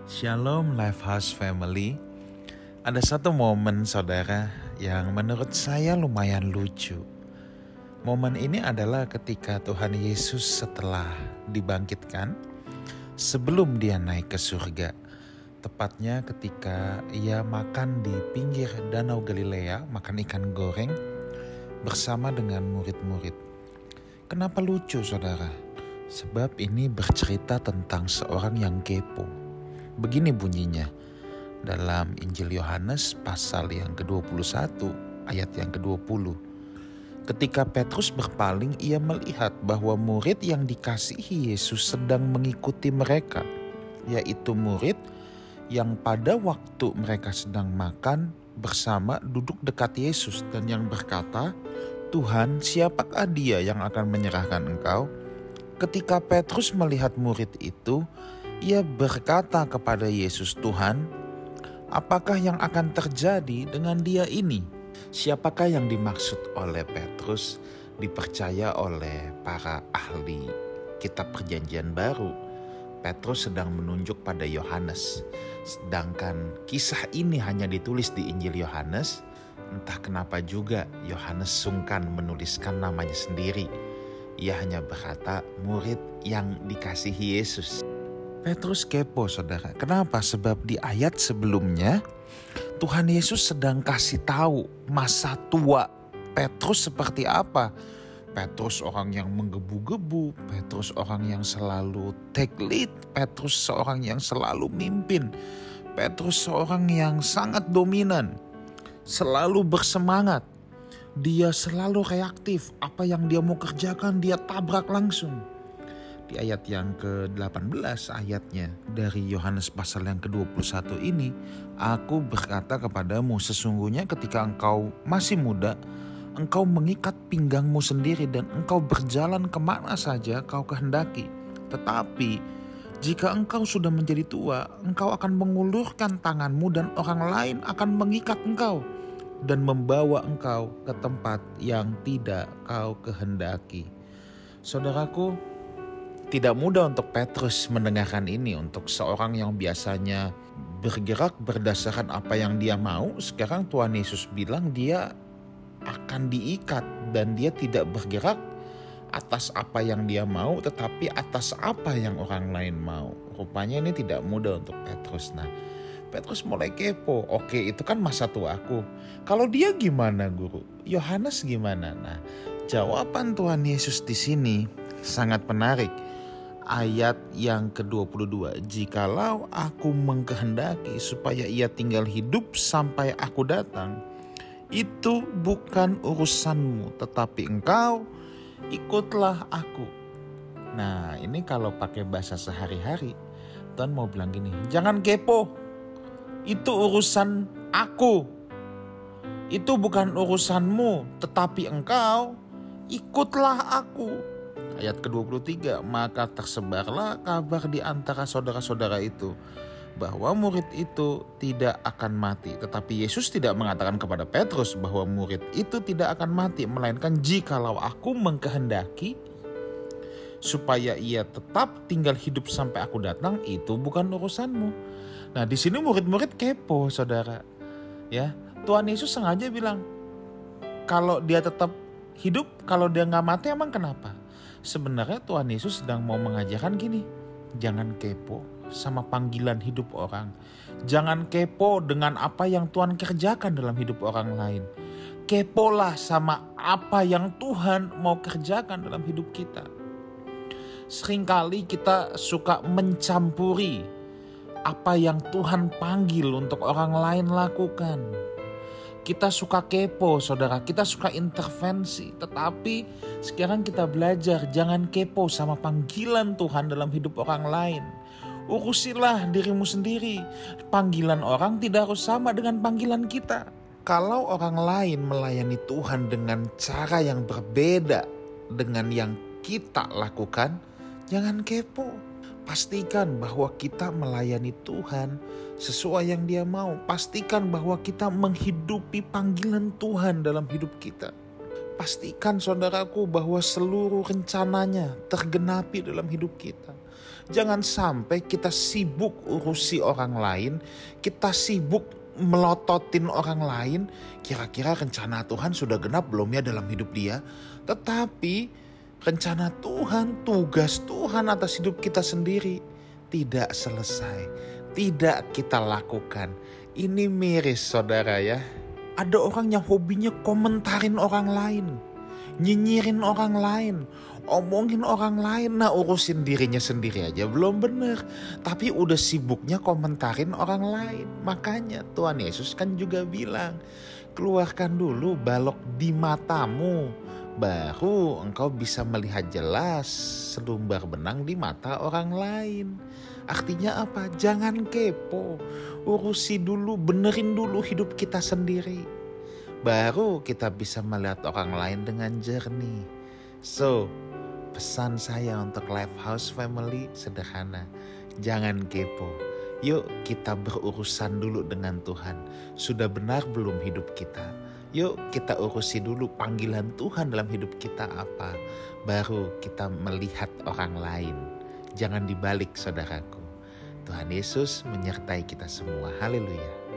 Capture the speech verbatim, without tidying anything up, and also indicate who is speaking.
Speaker 1: Shalom Lifehouse Family. Ada satu momen saudara yang menurut saya lumayan lucu. Momen ini adalah ketika Tuhan Yesus setelah dibangkitkan, sebelum dia naik ke surga. Tepatnya ketika ia makan di pinggir Danau Galilea, makan ikan goreng bersama dengan murid-murid. Kenapa lucu saudara? Sebab ini bercerita tentang seorang yang kepo. Begini bunyinya dalam Injil Yohanes pasal yang ke dua puluh satu ayat yang ke dua puluh. Ketika Petrus berpaling, ia melihat bahwa murid yang dikasihi Yesus sedang mengikuti mereka, yaitu murid yang pada waktu mereka sedang makan bersama duduk dekat Yesus dan yang berkata, "Tuhan, siapakah dia yang akan menyerahkan Engkau?" Ketika Petrus melihat murid itu, ia berkata kepada Yesus, "Tuhan, apakah yang akan terjadi dengan dia ini?" Siapakah yang dimaksud oleh Petrus dipercaya oleh para ahli kitab Perjanjian Baru? Petrus sedang menunjuk pada Yohanes. Sedangkan kisah ini hanya ditulis di Injil Yohanes. Entah kenapa juga Yohanes sungkan menuliskan namanya sendiri. Ia hanya berkata murid yang dikasihi Yesus. Petrus kepo saudara. Kenapa? Sebab di ayat sebelumnya Tuhan Yesus sedang kasih tahu masa tua Petrus seperti apa. Petrus orang yang menggebu-gebu, Petrus orang yang selalu take lead, Petrus seorang yang selalu mimpin, Petrus seorang yang sangat dominan, selalu bersemangat. Dia selalu reaktif, apa yang dia mau kerjakan dia tabrak langsung. Di ayat yang ke delapan belas ayatnya dari Yohanes pasal yang ke dua puluh satu ini, "Aku berkata kepadamu, sesungguhnya ketika engkau masih muda, engkau mengikat pinggangmu sendiri dan engkau berjalan kemana saja kau kehendaki. Tetapi jika engkau sudah menjadi tua, engkau akan mengulurkan tanganmu dan orang lain akan mengikat engkau dan membawa engkau ke tempat yang tidak kau kehendaki." Saudaraku, tidak mudah untuk Petrus mendengarkan ini. Untuk seorang yang biasanya bergerak berdasarkan apa yang dia mau, sekarang Tuhan Yesus bilang dia akan diikat dan dia tidak bergerak atas apa yang dia mau, tetapi atas apa yang orang lain mau. Rupanya ini tidak mudah untuk Petrus. Nah, Petrus mulai kepo. Oke, itu kan masa tuaku. Kalau dia gimana, Guru? Yohanes gimana? Nah, jawaban Tuhan Yesus di sini sangat menarik. Ayat yang ke dua puluh dua, "Jikalau aku mengkehendaki supaya ia tinggal hidup sampai aku datang, itu bukan urusanmu, tetapi engkau ikutlah aku." Nah, ini kalau pakai bahasa sehari-hari, Tuhan mau bilang gini, jangan kepo. Itu urusan aku. Itu bukan urusanmu, tetapi engkau ikutlah aku. Ayat ke dua puluh tiga, "Maka tersebarlah kabar di antara saudara-saudara itu bahwa murid itu tidak akan mati." Tetapi Yesus tidak mengatakan kepada Petrus bahwa murid itu tidak akan mati, melainkan jikalau aku mengkehendaki supaya ia tetap tinggal hidup sampai aku datang, itu bukan urusanmu. Nah, di sini murid-murid kepo, saudara. Ya, Tuhan Yesus sengaja bilang, kalau dia tetap hidup, kalau dia nggak mati, emang kenapa? Sebenarnya Tuhan Yesus sedang mau mengajarkan gini, jangan kepo sama panggilan hidup orang. Jangan kepo dengan apa yang Tuhan kerjakan dalam hidup orang lain. Kepolah sama apa yang Tuhan mau kerjakan dalam hidup kita. Seringkali kita suka mencampuri apa yang Tuhan panggil untuk orang lain lakukan. Kita suka kepo saudara, kita suka intervensi. Tetapi sekarang kita belajar jangan kepo sama panggilan Tuhan dalam hidup orang lain. Urusilah dirimu sendiri. Panggilan orang tidak harus sama dengan panggilan kita. Kalau orang lain melayani Tuhan dengan cara yang berbeda dengan yang kita lakukan, jangan kepo. Pastikan bahwa kita melayani Tuhan sesuai yang Dia mau. Pastikan bahwa kita menghidupi panggilan Tuhan dalam hidup kita. pastikan saudaraku bahwa seluruh rencananya tergenapi dalam hidup kita. Jangan sampai kita sibuk urusi orang lain, kita sibuk melototin orang lain, kira-kira rencana Tuhan sudah genap belum ya dalam hidup dia. Tetapi rencana Tuhan, tugas Tuhan atas hidup kita sendiri tidak selesai, tidak kita lakukan. Ini miris saudara ya. Ada orang yang hobinya komentarin orang lain, nyinyirin orang lain, omongin orang lain. Nah, urusin dirinya sendiri aja belum bener, tapi udah sibuknya komentarin orang lain. Makanya Tuhan Yesus kan juga bilang, keluarkan dulu balok di matamu, baru engkau bisa melihat jelas selumbar benang di mata orang lain. Artinya apa? Jangan kepo, urusi dulu, benerin dulu hidup kita sendiri, baru kita bisa melihat orang lain dengan jernih. So, pesan saya untuk Lifehouse Family sederhana, jangan kepo. Yuk kita berurusan dulu dengan Tuhan. Sudah benar belum hidup kita? Yuk kita urusi dulu panggilan Tuhan dalam hidup kita apa, baru kita melihat orang lain. Jangan dibalik saudaraku. Tuhan Yesus menyertai kita semua. Haleluya.